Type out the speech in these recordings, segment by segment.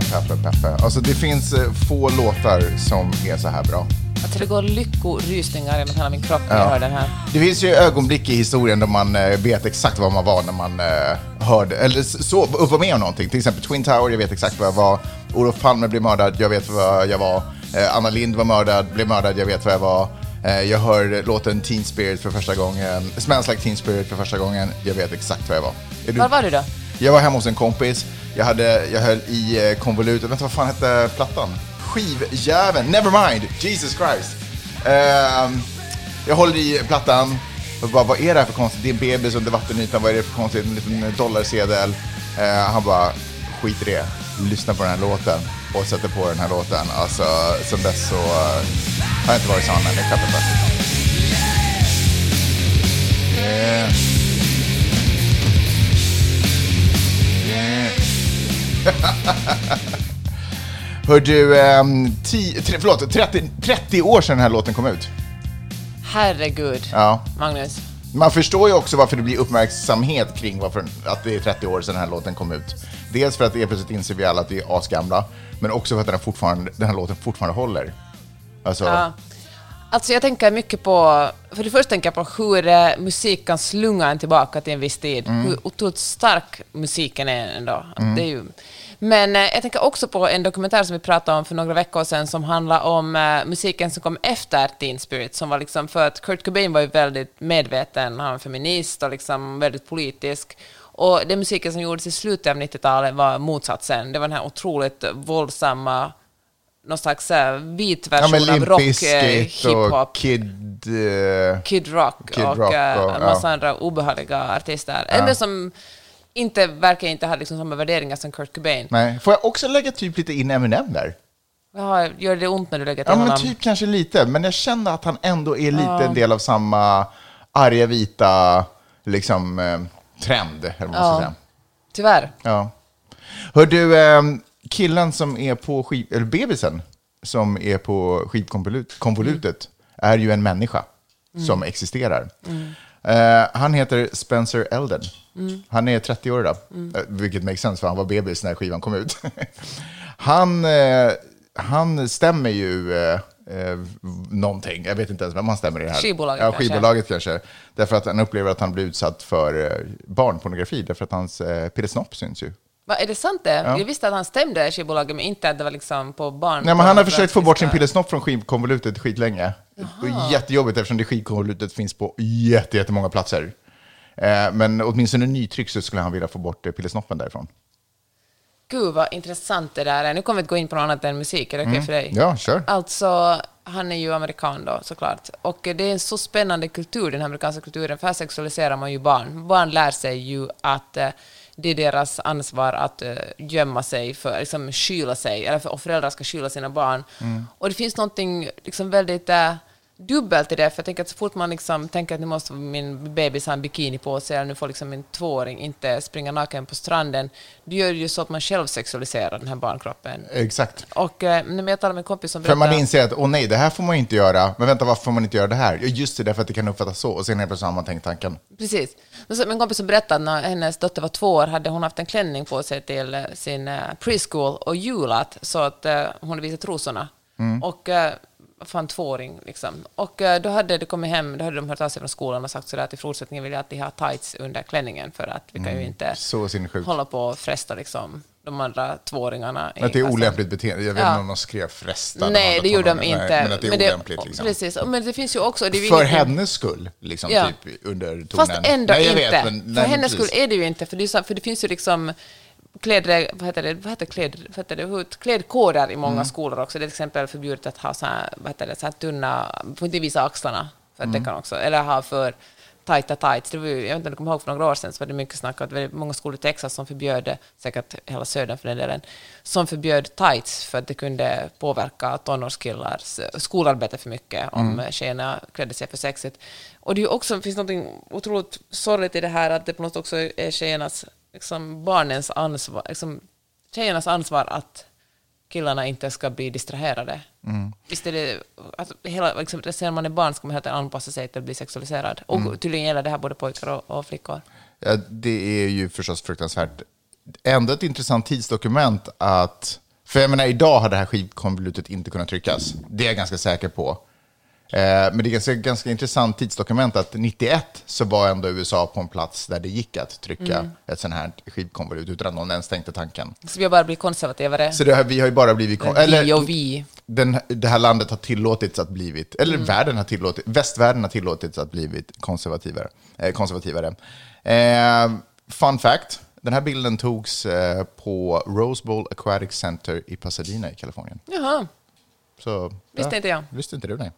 Peppe. Alltså det finns få låtar som är så här bra. Alltså det går lyckorysningar genom hela min kropp när jag hör den här. Det finns ju ögonblick i historien då man vet exakt vad man var när man hörde, eller så var med om någonting. Till exempel Twin Tower, jag vet exakt vad jag var. Olof Palme blev mördad, jag vet vad jag var. Anna Lindh var mördad, blev mördad, jag vet vad jag var. Jag hör låten Teen Spirit för första gången. Smells Like Teen Spirit för första gången. Jag vet exakt vad jag var. Var var du då? Jag var hemma hos en kompis. Jag höll i konvolutet. Vänta, vad fan hette plattan? Skivjäveln. Nevermind. Jesus Christ. Jag håller i plattan. Och bara, vad är det här för konstigt? Det är en bebis under vattenytan. Vad är det för konstigt? En liten dollarsedel. Han bara, skit i det. Lyssna på den här låten. Och sätter på den här låten. Alltså, som dess så har jag inte varit sån. Men jag klappar på. Hör du, 30 år sedan den här låten kom ut. Herregud, ja. Magnus. Man förstår ju också varför det blir uppmärksamhet kring att det är 30 år sedan den här låten kom ut. Dels för att plötsligt inser vi alla att vi är asgamla, men också för att den här låten fortfarande håller. Alltså jag tänker mycket på, för det första tänker jag på hur musik kan slunga en tillbaka till en viss tid. Hur otroligt stark musiken är ändå. Det är ju... Men jag tänker också på en dokumentär som vi pratade om för några veckor sedan som handlar om musiken som kom efter Teen Spirit, som var liksom, för att Kurt Cobain var ju väldigt medveten, han var feminist och liksom väldigt politisk, och den musiken som gjordes i slutet av 90-talet var motsatsen. Det var den här otroligt våldsamma, någon slags vit version av rock, hiphop, Kid Rock och en massa andra obehagliga artister. Eller som verkar inte ha liksom samma värderingar som Kurt Cobain. Nej. Får jag också lägga typ lite in Eminem där? Ja, gör det ont när du lägger till honom? Men typ kanske lite. Men jag känner att han ändå är lite en del av samma arga vita liksom, trend. Eller vad man ska säga. Tyvärr. Ja. Hör du, killen som är på eller bebisen som är på skivkonvolutet är ju en människa som existerar. Han heter Spencer Elden. Han är 30 år idag, vilket makes sense för han var bebis när skivan kom ut. Han stämmer ju någonting. Jag vet inte ens vem han stämmer i det här. Skivbolaget kanske. Därför att han upplever att han blir utsatt för barnpornografi. Därför att hans pillesnopp syns ju. Är det sant det? Ja. Jag visste att han stämde skivbolaget, men inte att det var liksom på barn. Nej, men han har försökt få bort sin pillesnopp från skivkonvolutet skitlänge. Jättejobbigt eftersom det skivkonvolutet finns på jättemånga platser. Men åtminstone nytryck så skulle han vilja få bort pillesnoppen därifrån. Gud vad intressant det där är. Nu kommer vi att gå in på något annat än musik. Är det okej för dig? Ja, kör. Alltså, han är ju amerikan då, såklart. Och det är en så spännande kultur, den amerikanska kulturen. För här sexualiserar man ju barn. Barn lär sig ju att det är deras ansvar att gömma sig, för liksom skyla sig. Eller och föräldrar ska skyla sina barn. Och det finns någonting liksom väldigt... dubbelt i det, för jag tänker att så fort man liksom tänker att nu måste min bebis ha en bikini på sig, eller nu får liksom min 2-åring inte springa naken på stranden, det gör ju så att man själv sexualiserar den här barnkroppen. Exakt. Och när jag talar med en kompis som berättar... För man inser att, nej, det här får man inte göra, men vänta, varför får man inte göra det här? Just det, därför att det kan uppfattas så, och sen är det samma tanken. Precis. Min kompis som berättade att när hennes dotter var 2 år hade hon haft en klänning på sig till sin preschool och julat så att hon visade trosorna. Och fan 2-åring liksom. Och då hade det kommit hem, då hade de hört av sig från skolan och sagt sådär att i fortsättningen vill jag alltid ha tights under klänningen, för att vi kan ju inte hålla på och fresta liksom de andra 2-åringarna. Att det är olämpligt beteende. Jag vet inte om de skrev fresta. Nej, det gjorde de inte. Men att det är olämpligt liksom. Precis, men det finns ju också... Det för hennes skull, liksom, typ under tonen. Fast ändå nej, inte. Vet, men, för hennes skull är det ju inte, för det finns ju liksom... klädkoder i många skolor också. Det är till exempel förbjudet att ha så här tunna, får inte visa axlarna, för att det kan också, eller ha för tajta tights. Det var ju, jag vet inte om du kommer ihåg för några år sedan, så var det mycket snack att det var många skolor i Texas som förbjöd, säkert hela södern för den delen, som förbjöd tights för att det kunde påverka tonårskillars skolarbete för mycket om tjejerna klädde sig för sexigt. Och det är ju också, finns något otroligt sorgligt i det här, att det på något också är tjejernas, liksom barnens ansvar, liksom tjejernas ansvar att killarna inte ska bli distraherade. Visst är det, alltså, liksom, när man är barn ska man helt anpassa sig till att bli sexualiserad. Och tydligen gäller det här både pojkar och flickor. Ja, det är ju förstås fruktansvärt. Ändå ett intressant tidsdokument att För jag menar, idag har det här skivkonvolutet inte kunnat tryckas. Det är jag ganska säker på. Men det är ganska intressant tidsdokument att 91 så var ändå USA på en plats där det gick att trycka ett sån här skivkonvolut utan att någon ens tänkte tanken. Så vi har bara blivit konservativare. Så vi har ju bara blivit... vi. Det här landet har tillåtits att blivit... Eller världen har tillåtit... Västvärlden har tillåtits att blivit konservativare. Fun fact. Den här bilden togs på Rose Bowl Aquatic Center i Pasadena i Kalifornien. Jaha. Så, visste inte jag. Visste inte du, nej.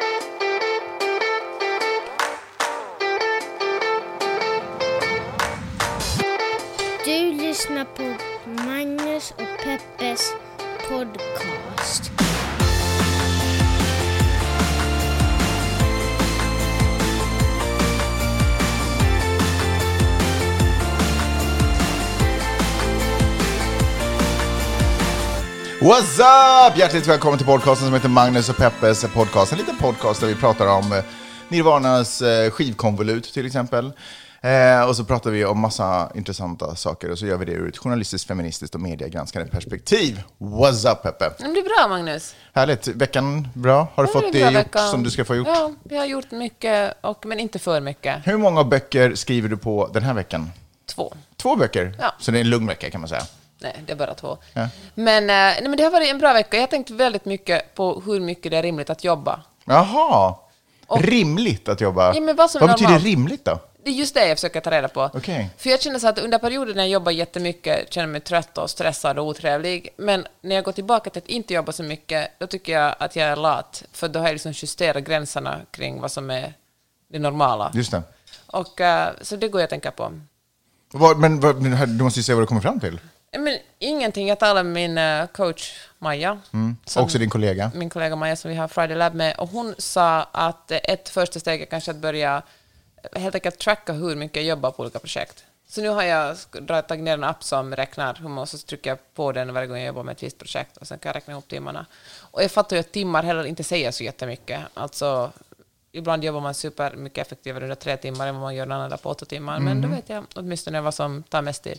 Du lyssnar på Magnus och Peppes podcast. What's up? Hjärtligt välkommen till podcasten som heter Magnus och Peppes podcast. En liten podcast där vi pratar om Nirvanas skivkonvolut till exempel. Och så pratar vi om massa intressanta saker och så gör vi det ur ett journalistiskt, feministiskt och mediegranskande perspektiv. What's up, Peppe? Det är bra, Magnus. Härligt. Veckan bra? Har du fått det gjort som du ska få gjort? Ja, vi har gjort mycket, men inte för mycket. Hur många böcker skriver du på den här veckan? 2. 2 böcker? Ja. Så det är en lugn vecka kan man säga. Nej, det är bara 2. Ja. Men det har varit en bra vecka. Jag har tänkt väldigt mycket på hur mycket det är rimligt att jobba. Jaha. Rimligt att jobba? Ja, men vad betyder rimligt då? Det är just det jag försöker ta reda på. Okay. För jag känner så att under perioden när jag jobbar jättemycket känner mig trött och stressad och otrevlig. Men när jag går tillbaka till att inte jobba så mycket, då tycker jag att jag är lat. För då har jag liksom justerat gränserna kring vad som är det normala. Just det. Och så det går jag att tänka på. Men du måste ju se vad du kommer fram till. Men ingenting. Jag talade med min coach Maja. Också din kollega. Min kollega Maja som vi har Friday Lab med. Och hon sa att ett första steg är kanske att börja helt enkelt tracka hur mycket jag jobbar på olika projekt. Så nu har jag tagit ner en app som räknar hur man så trycker jag på den varje gång jag jobbar med ett visst projekt och sen kan jag räkna ihop timmarna. Och jag fattar ju att timmar heller inte säger så jättemycket. Alltså ibland jobbar man super mycket effektivare under 3 timmar än vad man gör en annan dag på 8 timmar. Men då vet jag åtminstone vad som tar mest tid.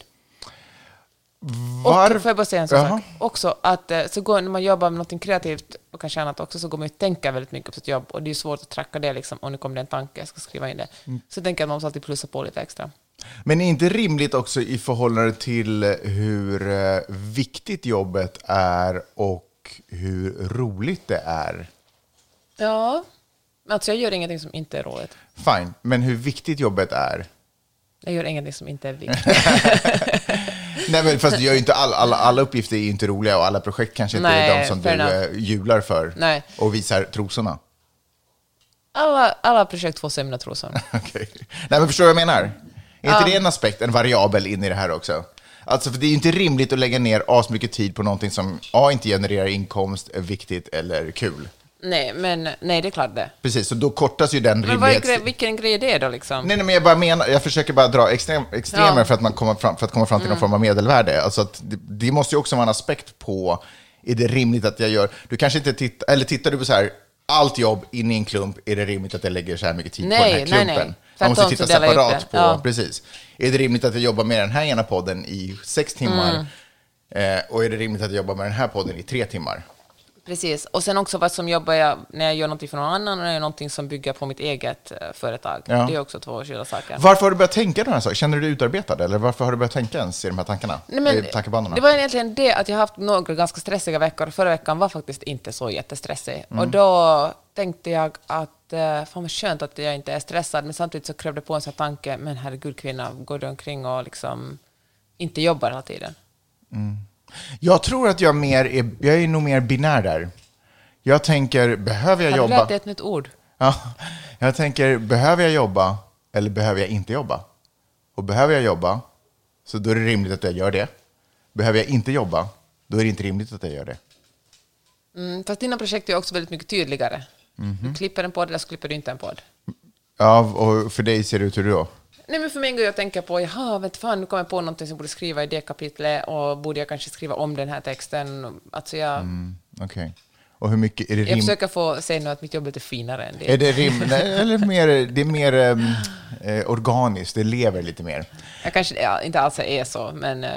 Och får jag bara säga en sak också, att så går, när man jobbar med något kreativt och kanske annat också, så går man ju tänka väldigt mycket på sitt jobb och det är svårt att tracka det liksom, om det kommer en tanke, jag ska skriva in det. Så tänker jag att man måste alltid plussa på lite extra. Men är inte rimligt också i förhållande till hur viktigt jobbet är och hur roligt det är? Ja, alltså jag gör ingenting som inte är roligt. Fine, men hur viktigt jobbet är? Jag gör ingenting som inte är viktigt. Nej, men fast du gör ju inte alla uppgifter är inte roliga och alla projekt kanske inte är de som du jublar för. Nej. Och visar trosorna. Alla projekt får sig mina trosor. Okay. Nej, men förstår du vad jag menar? Är inte det en aspekt, en variabel in i det här också? Alltså, för det är ju inte rimligt att lägga ner asmycket tid på någonting som inte genererar inkomst, är viktigt eller kul. Nej, det är klart det. Precis, så då kortas ju den rimlighets... vilken grej är det då liksom? Nej, men jag försöker bara dra extremer för att komma fram till någon form av medelvärde. Alltså att det måste ju också vara en aspekt på, är det rimligt att jag gör... Du kanske inte tittar du på så här, allt jobb in i en klump, är det rimligt att jag lägger så här mycket tid på den här klumpen? Nej. Man måste titta separat på, ja. Precis. Är det rimligt att jag jobbar med den här ena podden i 6 timmar? Och är det rimligt att jag jobbar med den här podden i 3 timmar? Precis. Och sen också vad som jobbar jag när jag gör någonting för någon annan och när jag gör någonting som bygger på mitt eget företag. Ja. Det är också 2 skilda saker. Varför har du börjat tänka de här sakerna? Känner du dig utarbetad? Eller varför har du börjat tänka ens i de här tankarna? Nej, men, tankebanorna? Det var egentligen det att jag har haft några ganska stressiga veckor. Förra veckan var faktiskt inte så jättestressig. Och då tänkte jag att fan vad skönt att jag inte är stressad. Men samtidigt så kröp det på en sån här tanke. Men herregud kvinna, går du omkring och liksom inte jobbar hela tiden? Jag tror att jag är nog mer binär där. Jag tänker, behöver jag jobba? Har du lärt dig ett nytt ord? Ja, jag tänker, behöver jag jobba eller behöver jag inte jobba? Och behöver jag jobba, så då är det rimligt att jag gör det. Behöver jag inte jobba, då är det inte rimligt att jag gör det. Fast dina projekt är också väldigt mycket tydligare. Du klipper en podd eller så klipper du inte en podd. Ja, och för dig ser det ut hur då? Nej, men för mig går jag att tänka på, nu kommer jag på någonting som jag borde skriva i det kapitlet och borde jag kanske skriva om den här texten. Alltså Okej. Och hur mycket är det jag försöker få säga nu att mitt jobb är lite finare än det. Är det eller det är mer organiskt, det lever lite mer. Jag kanske inte alls är så, men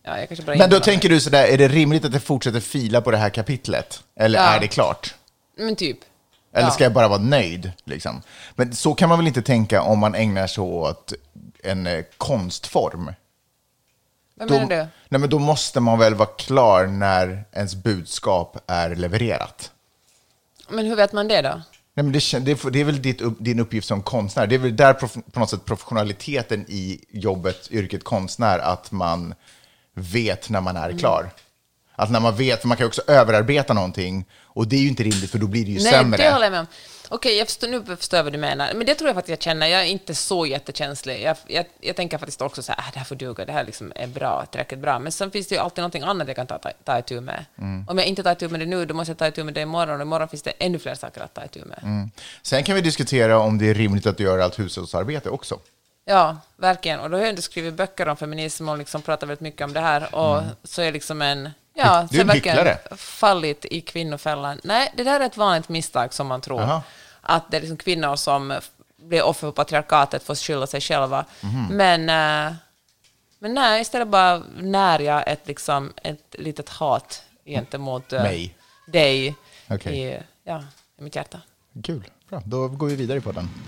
Ja, jag kanske bara Men då tänker du sådär, är det rimligt att jag fortsätter fila på det här kapitlet? Eller är det klart? Men typ. Eller ska jag bara vara nöjd? Liksom? Men så kan man väl inte tänka om man ägnar sig åt en konstform? Vad menar du? Nej, men då måste man väl vara klar när ens budskap är levererat. Men hur vet man det då? Nej, men det är väl din uppgift som konstnär. Det är väl där på något sätt professionaliteten i jobbet, yrket konstnär, att man vet när man är klar. Att när man vet, för man kan ju också överarbeta någonting, och det är ju inte rimligt, för då blir det ju sämre. Nej, det håller jag med om. Okej, nu förstår vad du menar. Men det tror jag faktiskt jag känner. Jag är inte så jättekänslig. Jag tänker faktiskt också så här, det här får duga, det här liksom är bra, tillräckligt bra. Men sen finns det ju alltid någonting annat jag kan ta itu med. Om jag inte tar itu med det nu, då måste jag ta itu med det imorgon. Och imorgon finns det ännu fler saker att ta itu med. Sen kan vi diskutera om det är rimligt att du gör allt hushållsarbete också. Ja, verkligen. Och då har jag inte skrivit böcker om feminism och liksom pratat väldigt mycket om det här. Och så är liksom ja, du är en hycklare. Fallit i kvinnofällan. Nej, det där är ett vanligt misstag som man tror. Aha. Att det är liksom kvinnor som blir offer för patriarkatet får skylla sig själva. Men nej, istället bara när jag ett litet hat gentemot dig i mitt hjärta. Kul, bra. Då går vi vidare på den.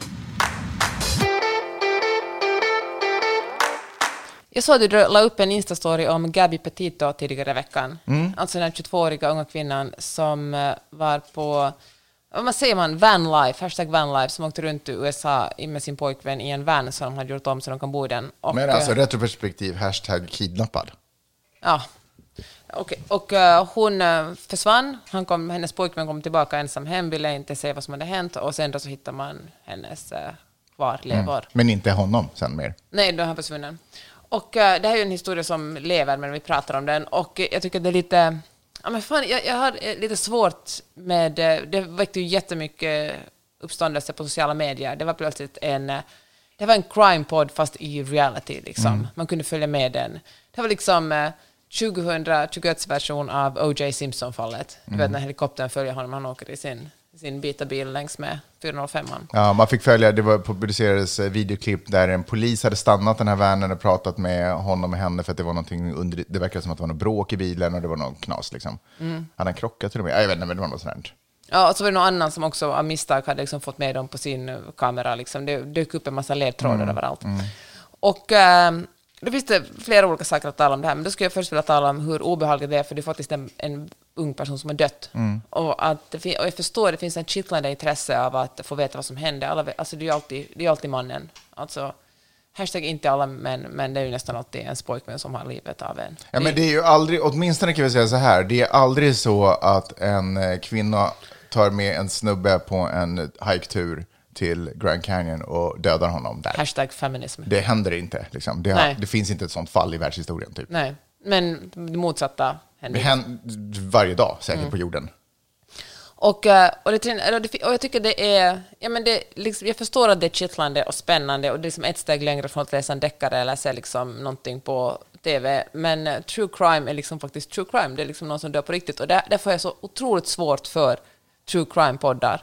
Jag såg att du la upp en Insta-story om Gabby Petito tidigare i veckan. Alltså den 22-åriga unga kvinnan som var på, vad säger man, vanlife, #vanlife, som åkte runt i USA med sin pojkvän i en van som de hade gjort om så de kan bo i den. Och, men alltså retroperspektiv, #kidnappad. Ja, okej. Och hon försvann. Hennes pojkvän kom tillbaka ensam hem, ville inte se vad som hade hänt, och sen då så hittar man hennes kvarlevor. Men inte honom sen mer? Nej, då är han försvunnen. Och det här är ju en historia som lever, men vi pratar om den. Och jag tycker det är lite... Ja, men fan, jag har lite svårt med... Det väckte ju jättemycket uppståndelse på sociala medier. Det var plötsligt det var en crime-podd fast i reality. Liksom. Man kunde följa med den. Det var liksom 2021 version av O.J. Simpson-fallet. Du vet när helikoptern följer honom, han åker i sin vita bil längs med 405an. Ja, man fick följa, det publicerades videoklipp där en polis hade stannat den här vanen och pratat med honom och henne för att det var någonting det verkade som att det var något bråk i bilen och det var någon knas liksom. Han krockat till och med. Jag vet inte, men det var något sånt. Ja, och så var det någon annan som också av misstag hade liksom fått med dem på sin kamera. Liksom. Det dök upp en massa ledtrådar överallt. Och då finns det flera olika saker att tala om det här. Men då skulle jag först vilja tala om hur obehagligt det är, för det är faktiskt en ung person som har dött. Och jag förstår, det finns en kittlande intresse av att få veta vad som hände. Alltså det är alltid mannen. Alltså, inte alla män, men det är ju nästan alltid en pojkvän som har livet av en. Ja, men det är ju aldrig, åtminstone kan vi säga så här, det är aldrig så att en kvinna tar med en snubbe på en hiketur till Grand Canyon och dödar honom där. #feminism. Det händer inte. Liksom. Det finns inte ett sånt fall i världshistorien. Typ. Nej, men det motsatta händer. Det händer varje dag säkert på jorden. Och jag tycker det är... Ja, men liksom, jag förstår att det är kittlande och spännande och det är liksom ett steg längre från att läsa en deckare eller se liksom någonting på TV. Men true crime är liksom faktiskt true crime. Det är liksom någon som dör på riktigt. Och därför är jag så otroligt svårt för true crime-poddar.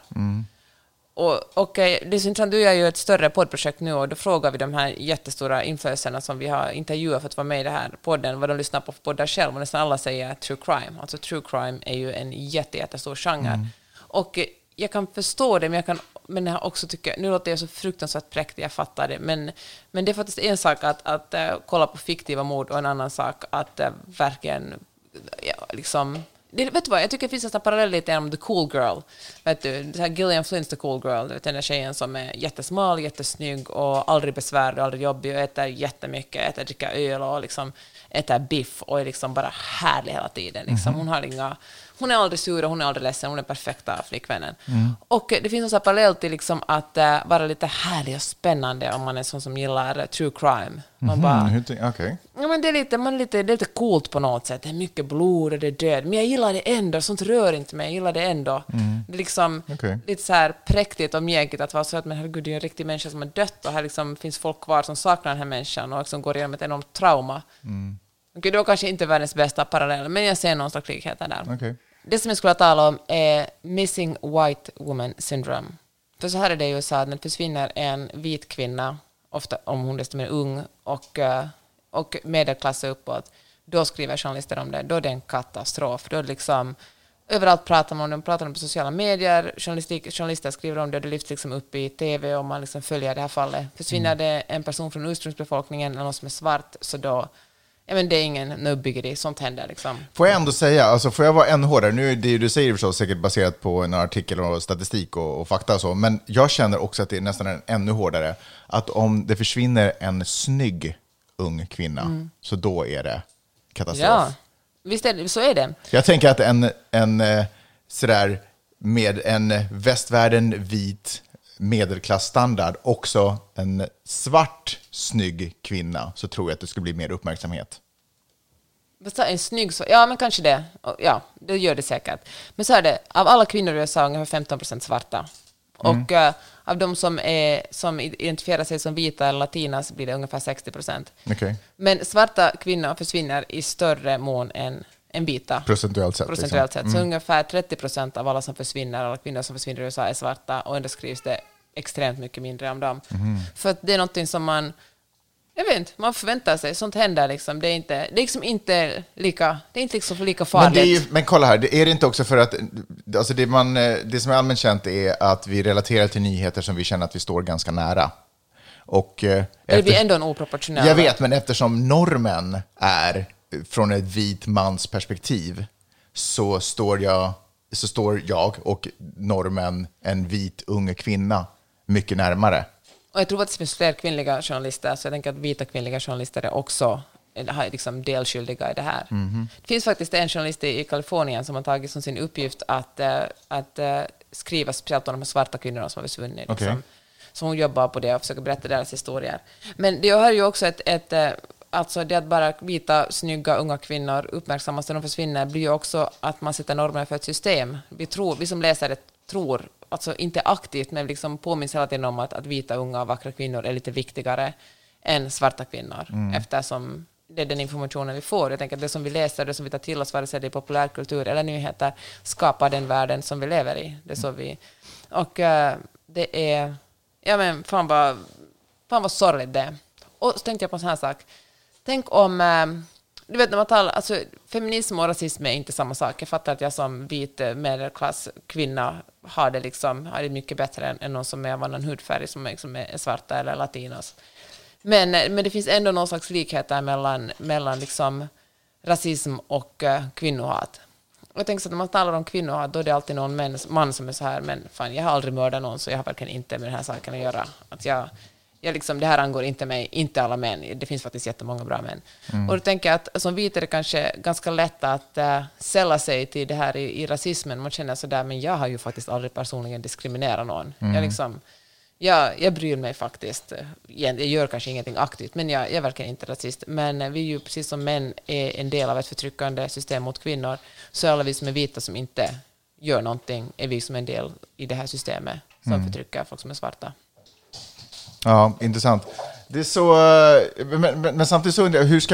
Och det är så intressant, du gör ju ett större poddprojekt nu och då frågar vi de här jättestora influencerna som vi har intervjuat för att vara med i det här podden vad de lyssnar på för poddar själv, och nästan alla säger true crime. Alltså true crime är ju en jättestor genre. Och jag kan förstå det, men jag också tycker, nu låter jag så fruktansvärt präktig, jag fattar det, men det är faktiskt en sak att kolla på fiktiva mord och en annan sak att verkligen liksom... vet du vad, jag tycker det finns en parallell lite om The Cool Girl. Vet du, så här Gillian Flynn's The Cool Girl, den där tjejen som är jättesmal, jättesnygg och aldrig besvärlig, aldrig jobbig och äter jättemycket, dricker öl och liksom äter biff och är liksom bara härlig hela tiden. Liksom. Hon är aldrig sur och hon är aldrig ledsen, hon är perfekta flickvännen. Och det finns också parallellt till liksom att vara lite härlig och spännande om man är sån som gillar true crime. Man ja, men det är lite coolt på något sätt. Det är mycket blod och det är död. Men jag gillar det ändå. Sånt rör inte mig. Jag gillar det ändå. Det är liksom lite så här präktigt och mjäkigt att vara så att men herregud, det är en riktig människa som har dött och här liksom finns folk kvar som saknar den här människan och liksom går igenom ett enormt trauma. Okej, det var kanske inte världens bästa parallell, men jag ser någon slags likheter där. Det som jag skulle tala om är Missing White Woman Syndrome. För så här är det ju så att när det försvinner en vit kvinna, ofta om hon dessutom är ung och medelklass uppåt, då skriver journalister om det. Då är det en katastrof. Då är det liksom, överallt pratar man om det. Pratar om på sociala medier. Journalister skriver om det. Det lyfts liksom upp i tv och man liksom följer det här fallet. Försvinner det en person från ursprungsbefolkningen eller någon som är svart, så då det är ingen nödbyggeri, sånt händer liksom. Får jag ändå säga, alltså får jag vara ännu hårdare, nu är det du säger förstås säkert baserat på en artikel och statistik och fakta och så, men jag känner också att det är nästan ännu hårdare, att om det försvinner en snygg ung kvinna, så då är det katastrof. Ja, visst är det, så är det. Jag tänker att en sådär med en västvärlden vit medelklassstandard, också en svart snygg kvinna, så tror jag att det skulle bli mer uppmärksamhet. En snygg, ja men kanske det. Ja, det gör det säkert. Men så är det, av alla kvinnor i USA är ungefär 15% svarta. Och av de som identifierar sig som vita eller latinas blir det ungefär 60%. Okay. Men svarta kvinnor försvinner i större mån än vita. Procentuellt sett. Så ungefär 30% av alla som försvinner, alla kvinnor som försvinner i USA är svarta, och ändå skrivs det extremt mycket mindre om dem. För att det är någonting som man man förväntar sig, sånt händer liksom. Det är liksom inte lika farligt. Men kolla här, är det inte också för att alltså det som är allmänt känt är att vi relaterar till nyheter som vi känner att vi står ganska nära. Och det blir ändå en oproportionell. Jag vet, men eftersom normen är från ett vit mans perspektiv, så står jag och normen, en vit ung kvinna, mycket närmare. Och jag tror att det finns fler kvinnliga journalister, så jag tänker att vita kvinnliga journalister är också liksom delskyldiga i det här. Det finns faktiskt en journalist i Kalifornien som har tagit som sin uppgift att skriva speciellt om de här svarta kvinnorna som har försvunnit. Okay. Liksom. Så hon jobbar på det och försöker berätta deras historier. Men det har ju också alltså det att bara vita, snygga, unga kvinnor uppmärksammas när de försvinner blir ju också att man sätter normer för ett system. Vi som läser det tror, alltså inte aktivt, men liksom påminns hela tiden om att vita, unga, vackra kvinnor är lite viktigare än svarta kvinnor. Eftersom det är den informationen vi får. Jag tänker att det som vi läser, det som vi tar till oss, vare sig det är populärkultur eller nyheter, skapar den världen som vi lever i. Det är så vi... Och det är... Ja men fan vad sorgligt det. Och så tänkte jag på en sån här sak. Tänk om... Du vet när man talar... Alltså, feminism och rasism är inte samma sak. Jag fattar att jag som vit medelklass kvinna har det mycket bättre än någon som är av annan hudfärg, som är svarta eller latinos. Men det finns ändå någon slags likhet där mellan liksom rasism och kvinnohat. Och jag tänker så att när man talar om kvinnohat, då är det alltid någon man som är så här, men fan, jag har aldrig mördat någon, så jag har verkligen inte med den här saken att göra. Att jag liksom, det här angår inte mig, inte alla män. Det finns faktiskt jättemånga bra män. Och då tänker jag att som vit är det kanske ganska lätt att sälla sig till det här i rasismen. Man känner sådär, men jag har ju faktiskt aldrig personligen diskriminerat någon. Jag bryr mig faktiskt. Jag gör kanske ingenting aktivt, men jag är verkligen inte rasist. Men vi är ju, precis som män är en del av ett förtryckande system mot kvinnor, så alla vi som är vita som inte gör någonting är vi som en del i det här systemet som förtrycker folk som är svarta. Ja, intressant. Det är så, men samtidigt så undrar jag, hur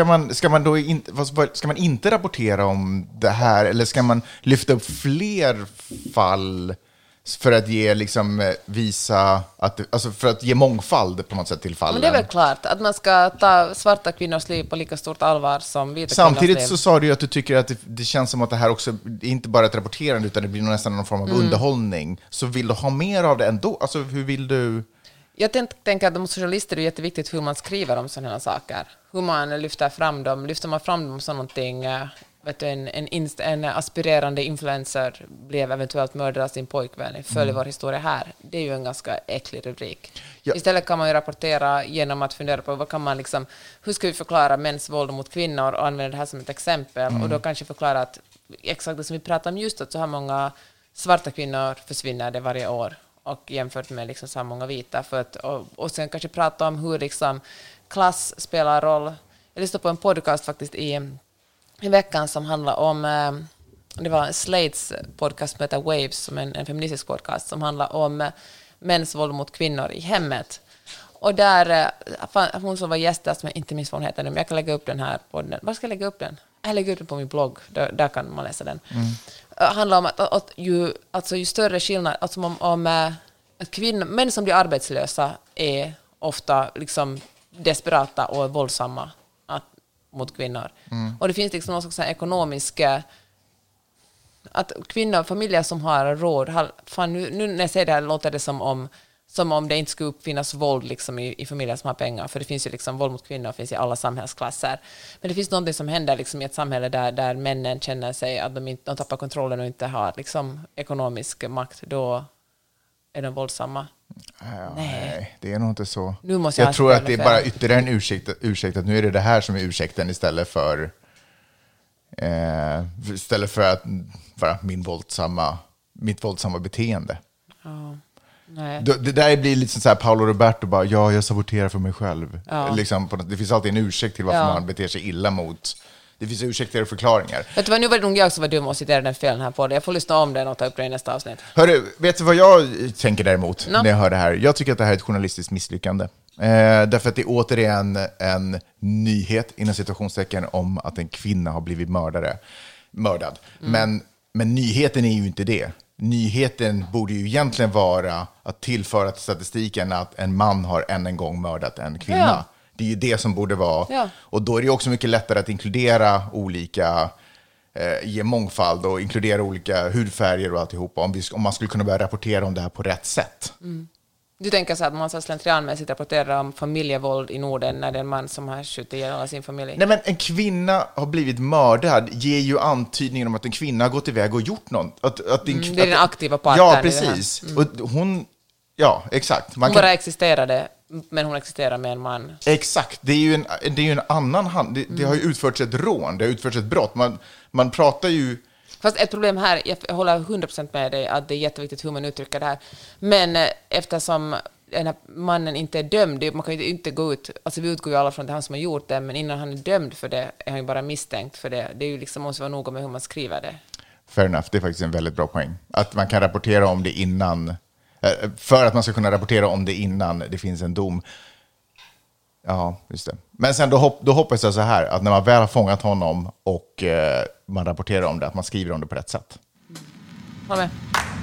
ska man inte rapportera om det här, eller ska man lyfta upp fler fall för att visa för att ge mångfald på något sätt till fallen? Men det är väl klart att man ska ta svarta kvinnors liv på lika stort allvar som vita Samtidigt kvinnors liv. så sa du ju att du tycker att det känns som att det här också är inte bara ett rapporterande, utan det blir nästan någon form av underhållning. Så vill du ha mer av det ändå? Alltså hur vill du... Jag tänker att de journalister är jätteviktigt hur man skriver om sådana här saker. Hur man lyfter fram dem. Lyfter man fram dem som någonting... En aspirerande influencer blev eventuellt mördad av sin pojkvän. Följer vår historia här. Det är ju en ganska äcklig rubrik. Ja. Istället kan man ju rapportera genom att fundera på hur ska vi förklara mäns våld mot kvinnor och använda det här som ett exempel. Och då kanske förklara att exakt det som vi pratar om just, att så här många svarta kvinnor försvinner det varje år. Och jämfört med så här många vita. Och sen kanske prata om hur klass spelar roll. Jag lyssnade på en podcast faktiskt i veckan som handlar om, det var Slates podcast som heter Waves, som en feministisk podcast som handlar om mäns våld mot kvinnor i hemmet. Och där, hon som var gäst där, som jag inte minns vad hon heter nu, men jag kan lägga upp den här på den. Var ska jag lägga upp den? Jag lägger upp den på min blogg, där kan man läsa den. Handlar om att ju större skillnad, alltså om att män som blir arbetslösa är ofta desperata och våldsamma. mot kvinnor. Och det finns liksom någon slags ekonomisk... Att kvinnor, familjer som har råd... nu när jag säger det här låter det som om det inte skulle uppfinnas våld liksom i familjer som har pengar. För det finns ju liksom våld mot kvinnor finns i alla samhällsklasser. Men det finns något som händer liksom i ett samhälle där männen känner sig att de tappar kontrollen och inte har liksom ekonomisk makt. Då är de våldsamma. Nej, det är nog inte så. Nu måste jag tror att det är bara ytterligare en ursäkt att nu är det här som är ursäkten istället för att mitt våldsamma beteende. Ja. Nej. Det där blir lite så här Paolo Roberto bara, jag saboterar för mig själv. Liksom, det finns alltid en ursäkt till varför man beter sig illa mot. Det finns ursäkter och förklaringar. Vet du vad, nu var det nog jag som var dum och citerade den fel här på det. Jag får lyssna om den och ta upp det i nästa avsnitt. Hörru, vet du vad jag tänker däremot när jag hör det här? Jag tycker att det här är ett journalistiskt misslyckande. Därför att det är återigen en nyhet inom situationstecken om att en kvinna har blivit mördad. Men nyheten är ju inte det. Nyheten borde ju egentligen vara att tillföra till statistiken att en man har än en gång mördat en kvinna. Ja. Det är ju det som borde vara. Ja. Och då är det också mycket lättare att inkludera olika, ge mångfald och inkludera olika hudfärger och alltihopa. Om man skulle kunna börja rapportera om det här på rätt sätt. Du tänker så att man så slentrianmässigt rapporterar om familjevåld i Norden när det är en man som har skjutit ihjäl alla sin familj? Nej, men en kvinna har blivit mördad ger ju antydningen om att en kvinna har gått iväg och gjort något. Det är den aktiva parten. Ja, precis. Och hon... Ja, exakt. Hon bara existerade, men hon existerar med en man. Exakt. Det är ju en annan hand. Det har ju utförts ett rån, det har utförts ett brott. Man pratar ju... Fast ett problem här, jag håller 100% med dig att det är jätteviktigt hur man uttrycker det här. Men eftersom den här mannen inte är dömd, man kan ju inte gå ut, alltså vi utgår ju alla från att det är han som har gjort det, men innan han är dömd för det är han ju bara misstänkt för det. Det är ju liksom, måste vara noga med hur man skriver det. Fair enough, det är faktiskt en väldigt bra poäng. Att man kan rapportera om det innan, för att man ska kunna rapportera om det innan det finns en dom. Ja, just det. Men sen då hoppas jag så här, att när man väl har fångat honom och man rapporterar om det, att man skriver om det på rätt sätt. Håll med.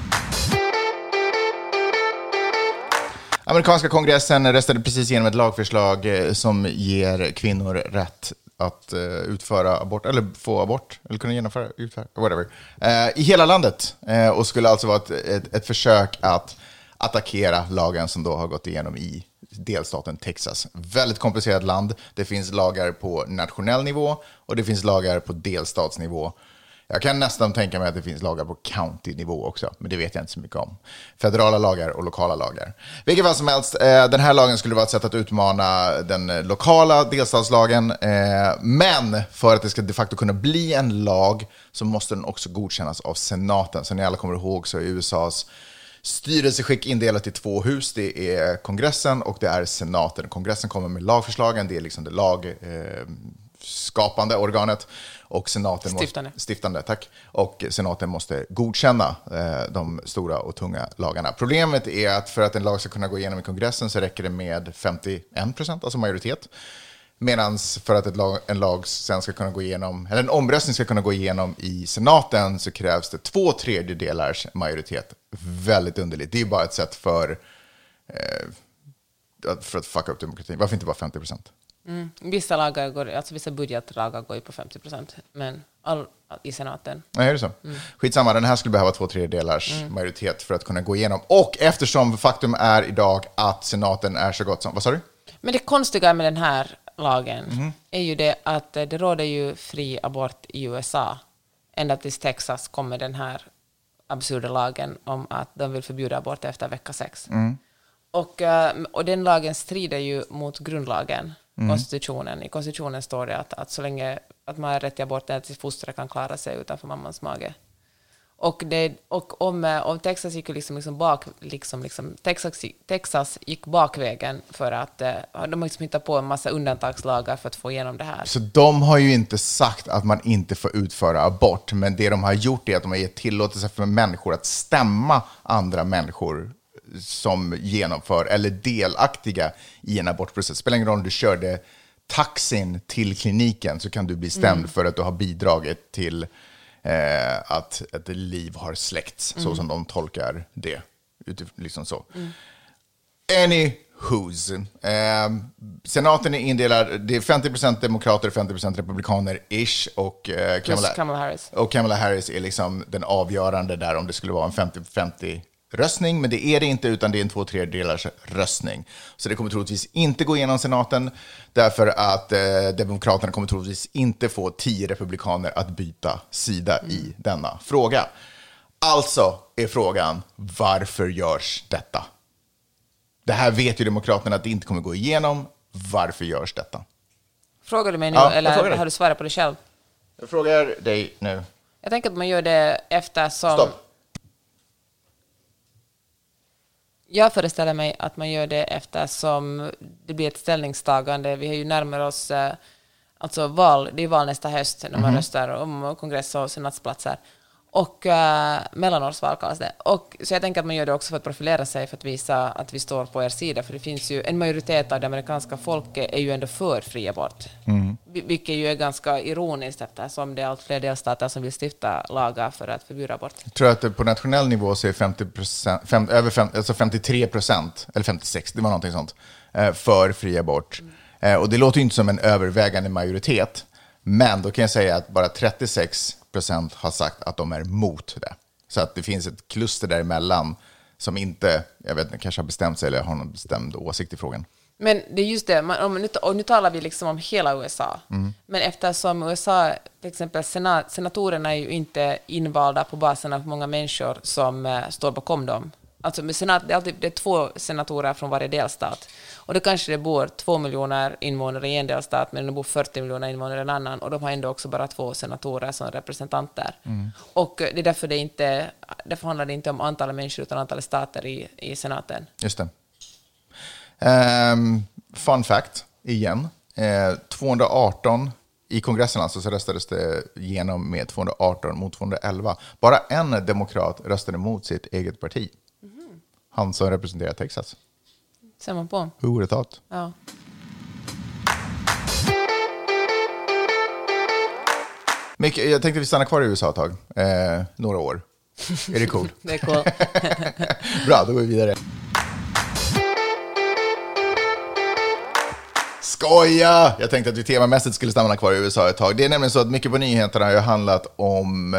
Amerikanska kongressen röstade precis igenom ett lagförslag som ger kvinnor rätt att utföra abort, eller få abort, eller kunna utföra, whatever, i hela landet. Och skulle alltså vara ett försök att attackera lagen som då har gått igenom i delstaten Texas. Väldigt komplicerat land. Det finns lagar på nationell nivå och det finns lagar på delstatsnivå. Jag kan nästan tänka mig att det finns lagar på county-nivå också, men det vet jag inte så mycket om. Federala lagar och lokala lagar. Vilket fall som helst, den här lagen skulle vara ett sätt att utmana den lokala delstatslagen, men för att det ska de facto kunna bli en lag så måste den också godkännas av senaten. Så ni alla kommer ihåg så är USAs styrelseskick indelat i två hus. Det är kongressen och det är senaten. Kongressen kommer med lagförslagen, det är liksom det lagskapande organet. Och senaten stiftande, tack. Och senaten måste godkänna de stora och tunga lagarna. Problemet är att för att en lag ska kunna gå igenom i kongressen så räcker det med 51%, alltså majoritet. Medan för att en lag sen ska kunna gå igenom, eller en omröstning ska kunna gå igenom i senaten så krävs det 2/3 majoritet. Väldigt underligt. Det är ju bara ett sätt för att fucka upp demokratin. Varför inte bara 50%? Vissa lagar går, alltså vissa budgetlagar går ju på 50%, men i senaten. Nej, är det så? Skitsamma, den här skulle behöva 2/3 majoritet för att kunna gå igenom. Och eftersom faktum är idag att senaten är så gott som... Vad sa du? Men det konstiga med den här lagen är ju det att det råder ju fri abort i USA. Ända tills Texas kommer den här absurda lagen om att de vill förbjuda abort efter vecka 6. Och den lagen strider ju mot grundlagen, konstitutionen. I konstitutionen står det att så länge att man har rätt till abort att fostret kan klara sig utanför mammans mage. Och om Texas gick Texas gick bakvägen för att de har hittat på en massa undantagslagar för att få igenom det här. Så de har ju inte sagt att man inte får utföra abort, men det de har gjort är att de har gett tillåtelse för människor att stämma andra människor som genomför eller delaktiga i en abortprocess. Spelar ingen roll om du körde taxin till kliniken så kan du bli stämd för att du har bidragit till att ett liv har släckts så som de tolkar det. Liksom så. Anywho's. Senaten är indelad, det är 50% demokrater, 50% republikaner-ish, och Kamala Harris är liksom den avgörande där om det skulle vara en 50-50 röstning, men det är det inte, utan det är en 2/3 röstning. Så det kommer troligtvis inte gå igenom senaten, därför att demokraterna kommer troligtvis inte få 10 republikaner att byta sida i denna fråga. Alltså är frågan, varför görs detta? Det här vet ju demokraterna att det inte kommer gå igenom. Varför görs detta? Frågar du mig nu, eller har du svarat på det själv? Jag frågar dig nu. Jag tänker att man gör det eftersom... Stopp. Jag föreställer mig att man gör det eftersom det blir ett ställningstagande. Vi har ju närmare oss alltså val. Det är val nästa höst när man röstar om kongress- och senatsplatser. Och mellanårsval kallas det. Och, så jag tänker att man gör det också för att profilera sig, för att visa att vi står på er sida. För det finns ju en majoritet av det amerikanska folket är ju ändå för fri abort. Vilket ju är ganska ironiskt, eftersom det är allt fler delstater som vill stifta lagar för att förbjuda abort. Jag tror att på nationell nivå så är 53%, eller 56%, det var någonting sånt, för fri abort. Och det låter ju inte som en övervägande majoritet. Men då kan jag säga att bara 36% har sagt att de är mot det. Så att det finns ett kluster däremellan som inte, jag vet inte, kanske har bestämt sig eller har någon bestämd åsikt i frågan. Men det är just det, nu talar vi liksom om hela USA. Men eftersom USA, till exempel senatorerna är ju inte invalda på basen av hur många människor som står bakom dem. Alltså med det är 2 senatorer från varje delstat. Och då kanske det bor 2 miljoner invånare i en delstat, men det bor 40 miljoner invånare i en annan. Och de har ändå också bara 2 senatorer som representanter. Och det är därför handlar det inte om antalet människor utan antalet stater i senaten. Just det. Fun fact, igen. 218 i kongressen alltså, så röstades det igenom med 218 mot 211. Bara en demokrat röstade mot sitt eget parti. Han som representerar Texas. Ser man på. Who would have thought? Ja. Micke, jag tänkte vi stannar kvar i USA ett tag. Några år. Är det cool? Det är cool. Bra, då går vi vidare. Skoja! Jag tänkte att vi temamässigt skulle stanna kvar i USA ett tag. Det är nämligen så att mycket på nyheterna har handlat om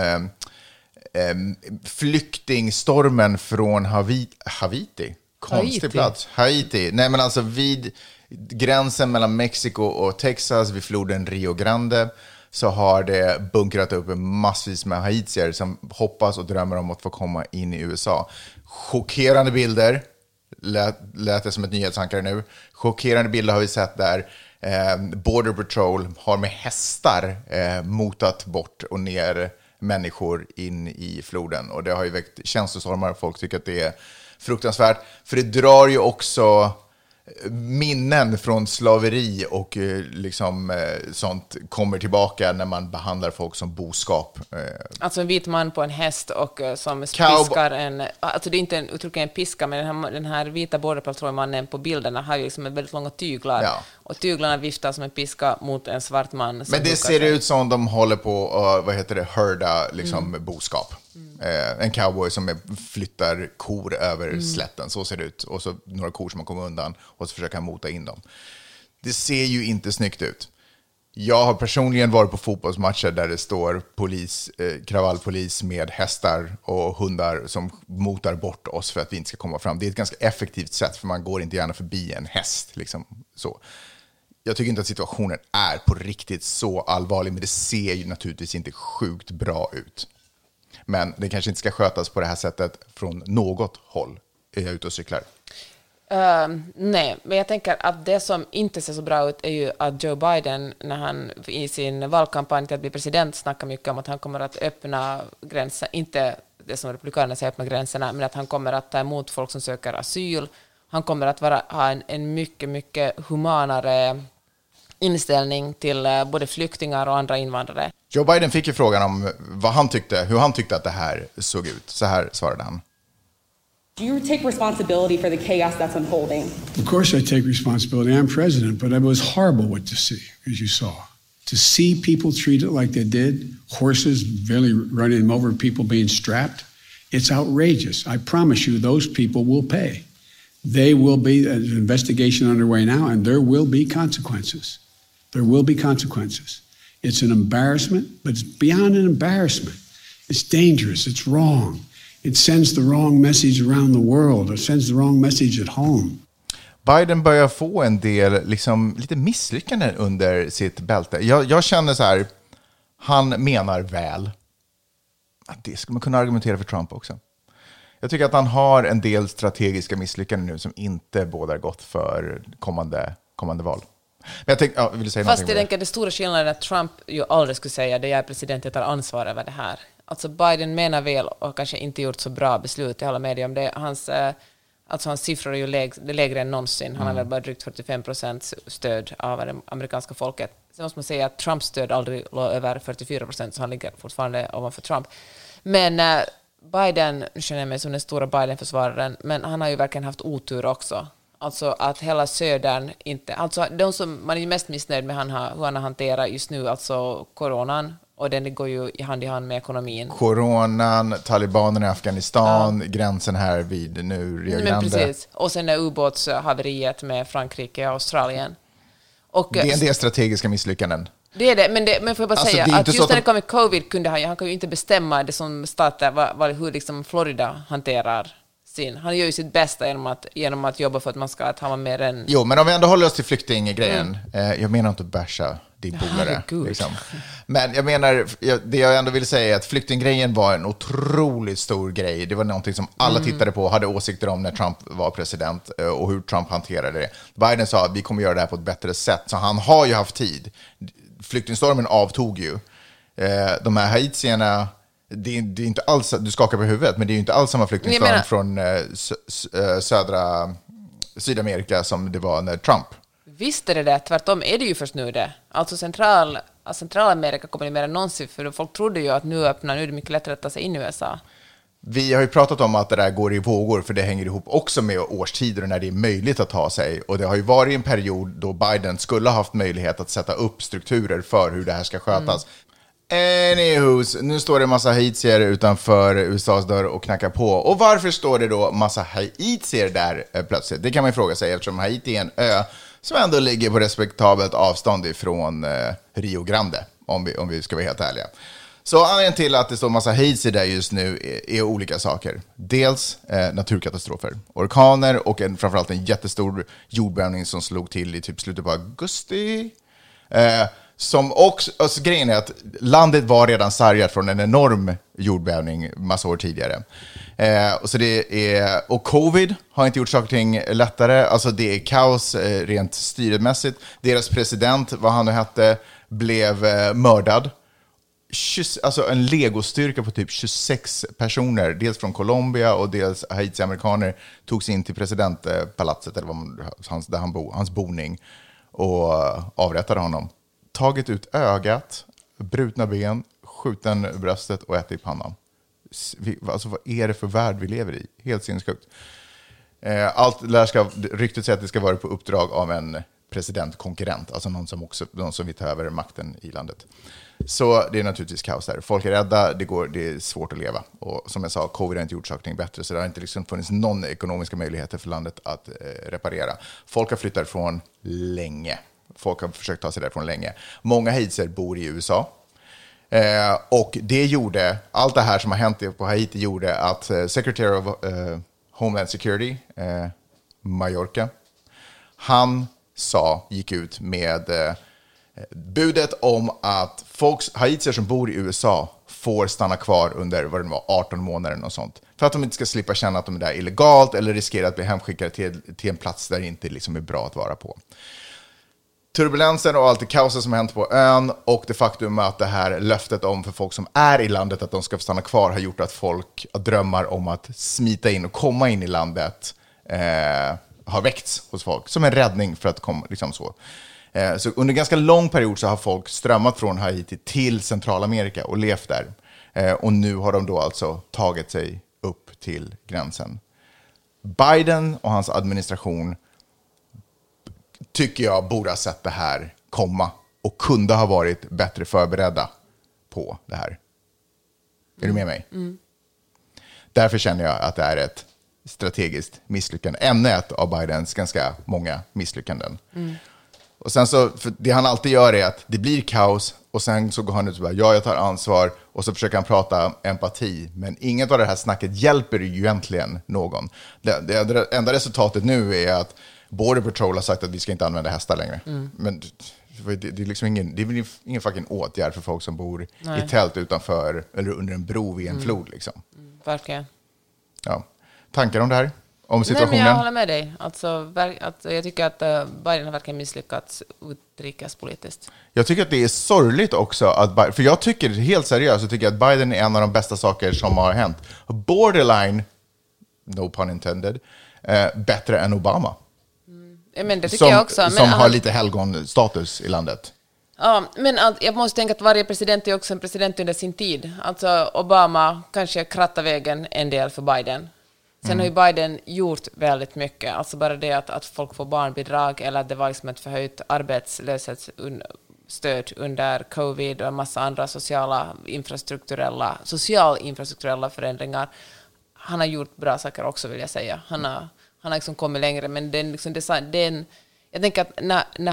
flyktingstormen från Haiti. Konstig plats. Haiti. Nej, men alltså vid gränsen mellan Mexiko och Texas, vid floden Rio Grande, så har det bunkrat upp massvis med haitier som hoppas och drömmer om att få komma in i USA. Chockerande bilder. Lät det som ett nyhetsankare nu. Chockerande bilder har vi sett där. Border Patrol har med hästar motat bort och ner människor in i floden. Och det har ju väckt känslostormar. Folk tycker att det är fruktansvärt. För det drar ju också minnen från slaveri och liksom sånt kommer tillbaka när man behandlar folk som boskap. Alltså en vit man på en häst och som piskar en... Alltså det är inte en piska, men den här vita border patrol-mannen på bilderna har ju liksom väldigt långa tyglar. Ja. Och tyglarna viftar som en piska mot en svart man. Men det ser ut som de håller på att hörda liksom boskap. En cowboy som flyttar kor över slätten, så ser det ut. Och så några kor som har kommit undan och så försöker han mota in dem. Det ser ju inte snyggt ut. Jag har personligen varit på fotbollsmatcher där det står kravallpolis med hästar och hundar som motar bort oss för att vi inte ska komma fram. Det är ett ganska effektivt sätt, för man går inte gärna förbi en häst. Liksom, så. Jag tycker inte att situationen är på riktigt så allvarlig, men det ser ju naturligtvis inte sjukt bra ut. Men det kanske inte ska skötas på det här sättet från något håll. Är jag ute och cyklar? Nej, men jag tänker att det som inte ser så bra ut är ju att Joe Biden, när han i sin valkampanj till att bli president snackar mycket om att han kommer att öppna gränser, inte det som republikanerna säger öppna gränserna, men att han kommer att ta emot folk som söker asyl. Han kommer att ha en mycket, mycket humanare inställning till både flyktingar och andra invandrare. Joe Biden fick ju frågan om hur han tyckte att det här såg ut. Så här svarade han. Do you take responsibility for the chaos that's unfolding? Of course I take responsibility. I'm president, but it was horrible what to see, as you saw. To see people treated like they did, horses barely running them over, people being strapped, it's outrageous. I promise you those people will pay. They will be an investigation underway now, and there will be consequences. There will be consequences. It's an embarrassment, but it's beyond an embarrassment. It's dangerous. It's wrong. It sends the wrong message around the world. It sends the wrong message at home. Biden börjar få en del liksom, lite misslyckanden under sitt bälte. Jag känner så här, han menar väl. Det skulle man kunna argumentera för Trump också. Jag tycker att han har en del strategiska misslyckanden nu som inte bådar gott för kommande val. Men jag tänkte, vill du säga fast någonting? Jag tänker att det stora skillnaden är att Trump ju aldrig skulle säga att jag är president, jag tar ansvar över det här. Alltså Biden menar väl och kanske inte gjort så bra beslut, jag håller med dig om det. Hans siffror är ju lägre än någonsin. Han har väl bara drygt 45% stöd av det amerikanska folket. Sen måste man säga att Trumps stöd aldrig låg över 44%, så han ligger fortfarande ovanför Trump. Men Biden, nu känner jag mig som den stora Biden-försvararen, men han har ju verkligen haft otur också. Alltså att hela södern inte... Alltså de som man är mest missnöjd med hur han har hanterat just nu, alltså coronan, och den går ju i hand med ekonomin. Coronan, talibanerna i Afghanistan, gränsen här vid nu Rio Grande. Men precis. Och sen är ubåtshaveriet med Frankrike och Australien. Och, det är en del strategiska misslyckanden. Det är det, men får jag bara säga att just när det kom med covid kunde han kan ju inte bestämma det som stater, hur liksom Florida hanterar sin. Han gör ju sitt bästa genom att jobba för att man ska att han var mer än... Jo, men om vi ändå håller oss till flyktinggrejen. Jag menar inte att basha din polare. Liksom. Men jag menar, det jag ändå vill säga är att flyktinggrejen var en otroligt stor grej. Det var någonting som alla tittade på och hade åsikter om när Trump var president och hur Trump hanterade det. Biden sa att vi kommer göra det här på ett bättre sätt. Så han har ju haft tid. Flyktingstormen avtog ju. De här haitierna, det är inte alls, du skakar på huvudet, men det är ju inte alls samma flyktingstorm från södra Sydamerika som det var när Trump. Visst är det, tvärtom är det ju först nu det. Alltså Centralamerika kommer det mer än någonsin, för folk trodde ju att nu är det mycket lättare att ta sig in i USA. Vi har ju pratat om att det där går i vågor, för det hänger ihop också med årstider och när det är möjligt att ta sig. Och det har ju varit en period då Biden skulle ha haft möjlighet att sätta upp strukturer för hur det här ska skötas. Anywhos, nu står det en massa haitier utanför USAs dörr och knackar på. Och varför står det då massa haitier där plötsligt? Det kan man ju fråga sig, eftersom Haiti är en ö som ändå ligger på respektabelt avstånd ifrån Rio Grande, om vi ska vara helt ärliga. Så anledningen till att det står massa haitier där just nu är olika saker. Dels naturkatastrofer, orkaner och framförallt en jättestor jordbävning som slog till i typ slutet på augusti. Som också, alltså grejen är att landet var redan sargat från en enorm jordbävning massa år tidigare. Och covid har inte gjort saker och ting lättare. Alltså det är kaos rent styrmässigt. Deras president, vad han nu hette, blev mördad. Alltså en legostyrka på typ 26 personer, dels från Colombia och dels haitiamerikaner, togs in till presidentpalatset eller hans boning och avrättade honom. Tagit ut ögat, brutna ben, skjuten bröstet och ätit i pannan. Alltså vad är det för värld vi lever i? Helt sinnessjukt. Ryktet säger att det ska vara på uppdrag av en presidentkonkurrent, alltså någon som vill ta över makten i landet. Så det är naturligtvis kaos där. Folk är rädda, det är svårt att leva. Och som jag sa, covid har inte gjort saker bättre, så det har inte liksom funnits någon ekonomiska möjligheter för landet att reparera. Folk har flyttat från länge. Folk har försökt ta sig därifrån länge. Många haitier bor i USA. Och det gjorde, allt det här som har hänt på Haiti gjorde att Secretary of Homeland Security, Mayorkas, han gick ut med budet om att haitier som bor i USA får stanna kvar under 18 månader eller något sånt. För att de inte ska slippa känna att de är där illegalt eller riskerar att bli hemskickade till en plats där det inte liksom är bra att vara på. Turbulensen och allt det kaoset som har hänt på ön och det faktum att det här löftet om för folk som är i landet att de ska få stanna kvar har gjort att folk drömmar om att smita in och komma in i landet har väckts hos folk som en räddning för att komma liksom så. Så under en ganska lång period så har folk strömmat från Haiti till Centralamerika och levt där. Och nu har de då alltså tagit sig upp till gränsen. Biden och hans administration tycker jag borde ha sett det här komma och kunde ha varit bättre förberedda på det här. Är du med mig? Därför känner jag att det är ett strategiskt misslyckande. Ännu ett av Bidens ganska många misslyckanden. Och sen så, för det han alltid gör är att det blir kaos och sen så går han ut och bara, jag tar ansvar, och så försöker han prata empati, men inget av det här snacket hjälper ju egentligen någon. Det enda resultatet nu är att Border Patrol har sagt att vi ska inte använda hästar längre. Men det är liksom ingen fucking åtgärd för folk som bor i tält utanför eller under en bro vid en flod liksom. Verkligen. Ja. Tankar om det här? Om situationen? Nej, men jag håller med dig. Jag tycker att Biden har verkligen misslyckats utrikespolitiskt. Jag tycker att det är sorgligt också, för jag tycker helt seriöst, jag tycker att Biden är en av de bästa saker som har hänt. Borderline, no pun intended, bättre än Obama. Men det tycker jag också. Som har lite helgonstatus i landet. Ja, men jag måste tänka att varje president är också en president under sin tid. Alltså Obama kanske krattade vägen en del för Biden. Sen har ju Biden gjort väldigt mycket. Alltså bara det att folk får barnbidrag, eller att det var liksom ett förhöjt arbetslöshetsstöd under covid och en massa andra social infrastrukturella förändringar. Han har gjort bra saker också, vill jag säga. Han har liksom kommit längre, men jag tänker att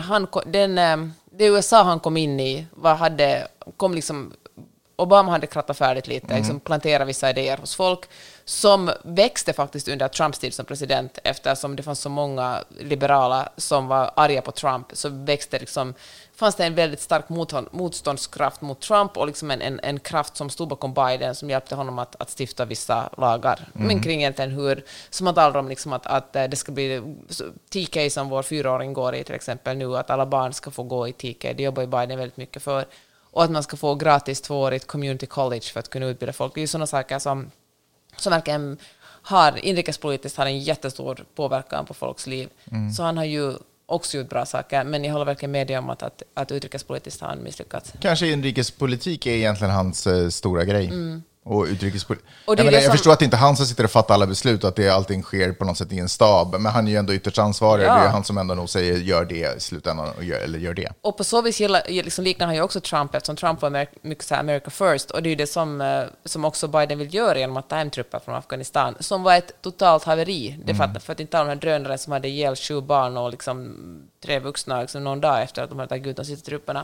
det USA han kom in i kom liksom, Obama hade krattat färdigt lite, liksom plantera vissa idéer hos folk som växte faktiskt under Trumps tid som president, eftersom det fanns så många liberala som var arga på Trump, så fanns det en väldigt stark motståndskraft mot Trump och liksom en kraft som stod bakom Biden som hjälpte honom att stifta vissa lagar. Men kring egentligen som att alla om liksom att det ska bli TK som vår 4-åring går i till exempel nu, att alla barn ska få gå i TK, det jobbar ju Biden väldigt mycket för. Och att man ska få gratis 2-årigt community college för att kunna utbilda folk. Det är ju sådana saker som verkligen inrikespolitiskt har en jättestor påverkan på folks liv. Så han har ju också gjort bra saker, men jag håller verkligen med dig om att utrikespolitiskt har han misslyckats. Kanske inrikespolitik är egentligen hans stora grej. Och utrikespolitik. Jag förstår att det inte är han som sitter och fattar alla beslut och att allting sker på något sätt i en stab, men han är ju ändå ytterst ansvarig. Ja. Det är han som ändå nog säger gör det i slutändan, eller gör det. Och på så vis liksom liknar han ju också Trump, eftersom Trump var mycket så här America first, och det är ju det som också Biden vill göra genom att ta hem trupper från Afghanistan, som var ett totalt haveri. Det för att inte ta de här drönare som hade ihjäl 7 barn och liksom 3 vuxna liksom någon dag efter att de hade tagit ut de sista trupperna.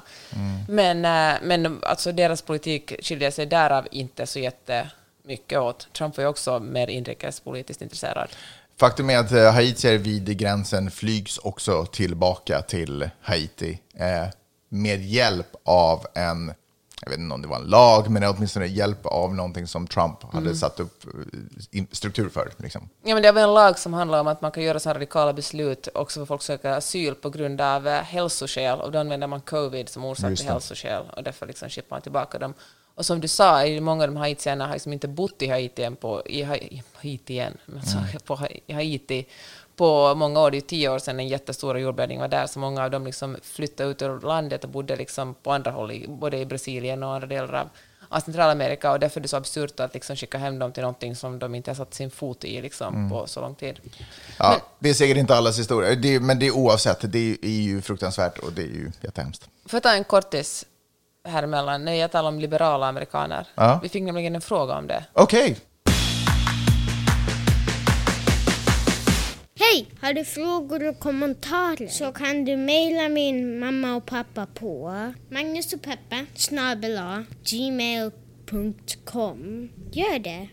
Men alltså deras politik skiljer sig därav inte så jättemycket åt. Trump var ju också mer inrikespolitiskt intresserad. Faktum är att haitier vid gränsen flygs också tillbaka till Haiti med hjälp av jag vet inte om det var en lag, men åtminstone hjälp av någonting som Trump hade satt upp struktur för. Liksom. Ja, men det är väl en lag som handlar om att man kan göra så radikala beslut också för folk som söker asyl på grund av hälsoskäl, och då använder man covid som orsak till hälsoskäl, och därför liksom skippar man tillbaka dem. Och som du sa, är många av de haitierna har liksom inte bott i Haiti på många år. Det är 10 år sedan en jättestora jordbävning var där, så många av dem liksom flyttade ut ur landet och bodde liksom på andra håll, både i Brasilien och andra delar av Centralamerika, och därför är det så absurt att liksom skicka hem dem till någonting som de inte har satt sin fot i liksom, på så lång tid. Ja, men det är säkert inte allas historia, men det är oavsett, det är ju fruktansvärt och det är ju jättehemskt. För att ta en kortis här emellan, när jag talar om liberala amerikaner. Ja. Vi fick nämligen en fråga om det. Okej. Hej! Har du frågor och kommentarer så kan du mejla min mamma och pappa på magnusochpeppa@gmail.com. Gör det!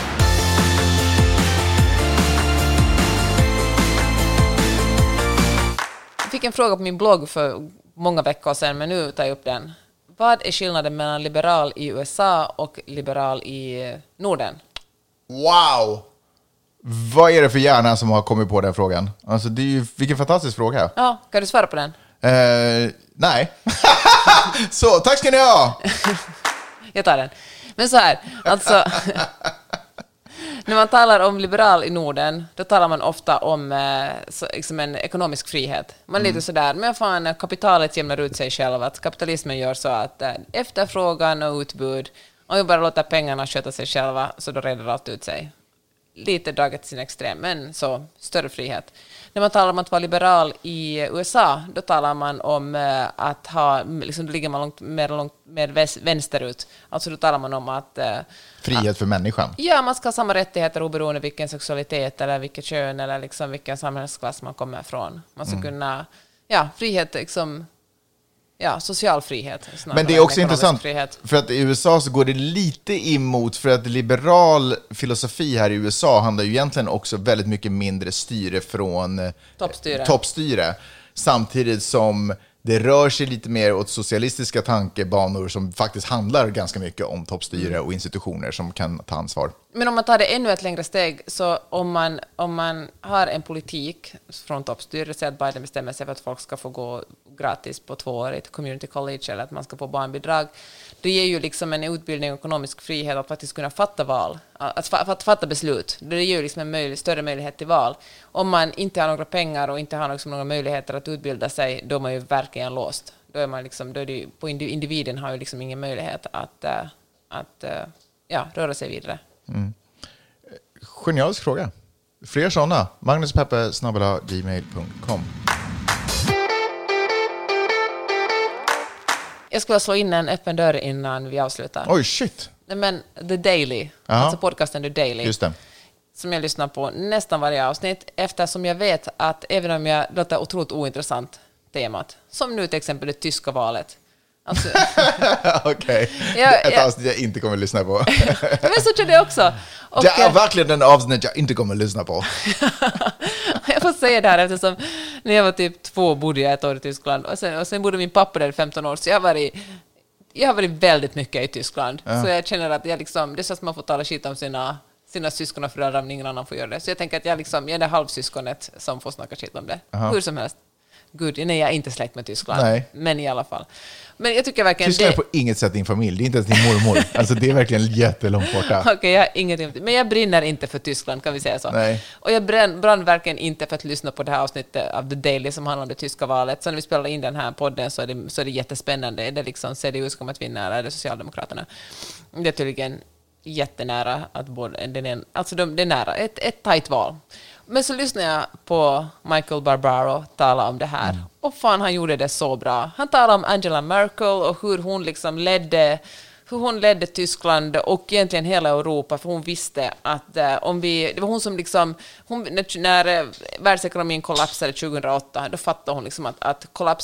Jag fick en fråga på min blogg för många veckor sedan, men nu tar jag upp den. Vad är skillnaden mellan liberal i USA och liberal i Norden? Wow! Vad är det för hjärna som har kommit på den frågan? Alltså, det är ju, vilken fantastisk fråga. Ja, kan du svara på den? Nej. Så, tack ska ni ha! Jag tar den. Men så här, alltså... När man talar om liberal i Norden, då talar man ofta om liksom en ekonomisk frihet. Man är lite sådär, men fan, kapitalet jämnar ut sig själv. Att kapitalismen gör så att efterfrågan och utbud, om vi bara låter pengarna sköta sig själva, så då reder allt ut sig. lite draget till sin extrem, men så större frihet. När man talar om att vara liberal i USA, då talar man om att ha, liksom, då ligger man långt mer vänsterut. Alltså då talar man om att... frihet för människan. Ja, man ska ha samma rättigheter oberoende vilken sexualitet eller vilket kön eller liksom vilken samhällsklass man kommer ifrån. Man ska kunna... Ja, frihet liksom... Ja, social frihet. Men det är också intressant, för att i USA så går det lite emot, för att liberal filosofi här i USA handlar ju egentligen också väldigt mycket mindre styre från toppstyre. Samtidigt som det rör sig lite mer åt socialistiska tankebanor som faktiskt handlar ganska mycket om toppstyre och institutioner som kan ta ansvar. Men om man tar det ännu ett längre steg, så om man har en politik från toppstyre, så att Biden bestämmer sig för att folk ska få gå gratis på 2 år i ett community college eller att man ska få barnbidrag, det ger ju liksom en utbildning och ekonomisk frihet att faktiskt kunna fatta val, att fatta beslut. Det ger ju liksom en större möjlighet till val. Om man inte har några pengar och inte har liksom några möjligheter att utbilda sig, då är man ju verkligen låst. Då är man liksom, då är det, på individen har ju liksom ingen möjlighet att röra sig vidare. Genialisk fråga. Fler sådana. magnuspeppe@gmail.com. Jag skulle slå in en öppen dörr innan vi avslutar. Oj, shit. Men The Daily, alltså podcasten The Daily. Just det. Som jag lyssnar på nästan varje avsnitt, eftersom jag vet att även om jag låter otroligt ointressant temat, som nu till exempel det tyska valet. Alltså, Okej. Ett avsnitt jag inte kommer att lyssna på. Men så kände jag också. Och, det är verkligen den avsnitt jag inte kommer att lyssna på. Jag får säga det här eftersom när jag var typ 2 bodde jag 1 år i Tyskland och sen bodde min pappa där i 15 år, så jag har varit väldigt mycket i Tyskland. Så jag känner att jag liksom, det är så att man får tala skit om sina syskon och föräldrar, om ingen annan får göra det. Så jag tänker att jag är det halvsyskonet som får snacka skit om det. Hur som helst. Gud, nej, jag är inte släkt med Tyskland. Nej. Men i alla fall. Men jag tycker verkligen... Tyskland är på inget sätt din familj. Det är inte ens din mormor. Alltså det är verkligen jättelångt borta. Okej, jag har ingenting. Men jag brinner inte för Tyskland, kan vi säga så. Nej. Och jag brann verkligen inte för att lyssna på det här avsnittet av The Daily som handlar om det tyska valet. Så när vi spelar in den här podden så är det jättespännande. Är det liksom CDU som kommer att vinna eller är det Socialdemokraterna? Det är tydligen jättenära att det är nära. Ett tajt val. Men så lyssnade jag på Michael Barbaro tala om det här. Och fan, han gjorde det så bra. Han talade om Angela Merkel och hur hon liksom ledde Tyskland och egentligen hela Europa, för hon visste att det var hon som liksom, när världsekonomin kollapsade 2008, då fattade hon liksom att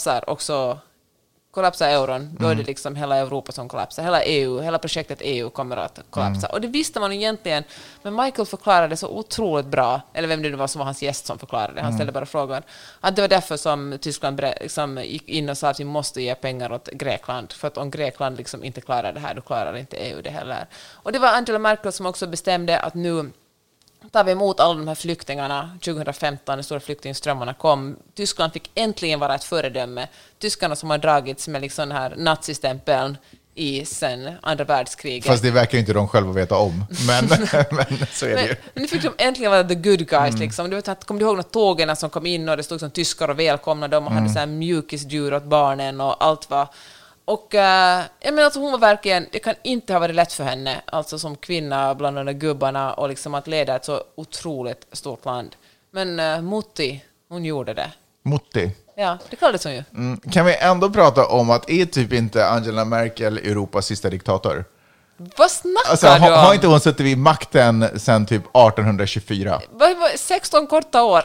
kollapsar euron, då är det liksom hela Europa som kollapsar. Hela EU, hela projektet EU kommer att kollapsa. Och det visste man egentligen, men Michael förklarade det så otroligt bra, eller vem det nu var som var hans gäst som förklarade det. Han ställde bara frågan. Att det var därför som Tyskland liksom gick in och sa att vi måste ge pengar åt Grekland. För att om Grekland liksom inte klarar det här, då klarar inte EU det heller. Och det var Angela Merkel som också bestämde att nu tar vi emot alla de här flyktingarna 2015, när stora flyktingströmmarna kom. Tyskland fick äntligen vara ett föredöme. Tyskarna som har dragits med liksom den här nazistämpeln i sen andra världskriget. Fast det verkar ju inte de själva veta om. Men så är det ju. Men nu fick de äntligen vara the good guys. Liksom. Kommer du ihåg när tågen som kom in och det stod som tyskar och välkomnade dem och hade så här mjukisdjur åt barnen och allt var... Och jag menar alltså hon var verkligen, det kan inte ha varit lätt för henne, alltså som kvinna bland de där gubbarna och liksom att leda ett så otroligt stort land. Men Mutti, hon gjorde det. Mutti. Ja, det kallades hon ju. Kan vi ändå prata om att är typ inte Angela Merkel Europas sista diktator? Vad snackar alltså, du om? Har inte hon suttit vid makten sedan typ 1824? 16 korta år.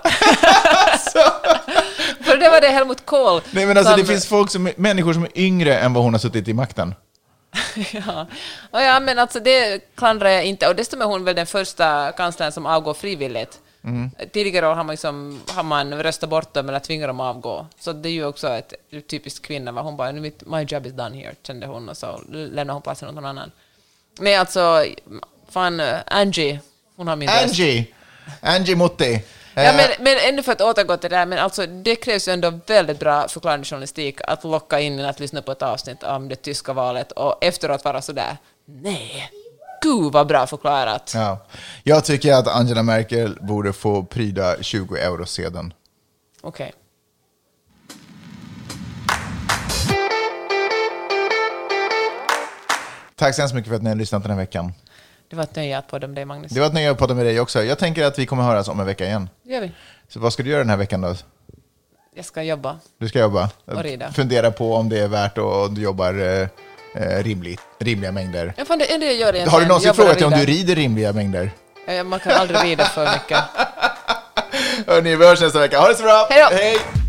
För det var det Helmut Kohl. Nej, men alltså det finns människor som är yngre än vad hon har suttit i makten. Ja, men alltså det klandrar jag inte. Och dessutom är hon väl den första kanslern som avgår frivilligt. Tidigare år har man röstat bort dem eller tvingat dem att avgå. Så det är ju också ett typiskt kvinna. Hon bara, my job is done here, kände hon. Och så lämnar hon platsen åt någon annan. Men alltså, fan, Angie, hon har min röst. Angie Mutti. Ja, men ännu för att återgå till det där, men alltså det krävs ju ändå väldigt bra förklarande journalistik att locka in att lyssna på ett avsnitt om det tyska valet och efteråt vara sådär, nej, gud vad bra förklarat. Ja. Jag tycker att Angela Merkel borde få pryda 20 eurosedeln. Okej. Tack så hemskt mycket för att ni har lyssnat den här veckan. Det var ett nöje att podda med dig, Magnus. Det var ett nöje att podda med dig också. Jag tänker att vi kommer höras om en vecka igen. Det gör vi. Så vad ska du göra den här veckan då? Jag ska jobba. Du ska jobba? Och rida. Fundera på om det är värt att du jobbar rimliga mängder. Ja, fan, det är det jag gör egentligen. Har du någonsin frågat dig om du rider rimliga mängder? Man kan aldrig rida för mycket. Hörni, vi hörs nästa vecka. Ha det så bra! Hej då! Hej!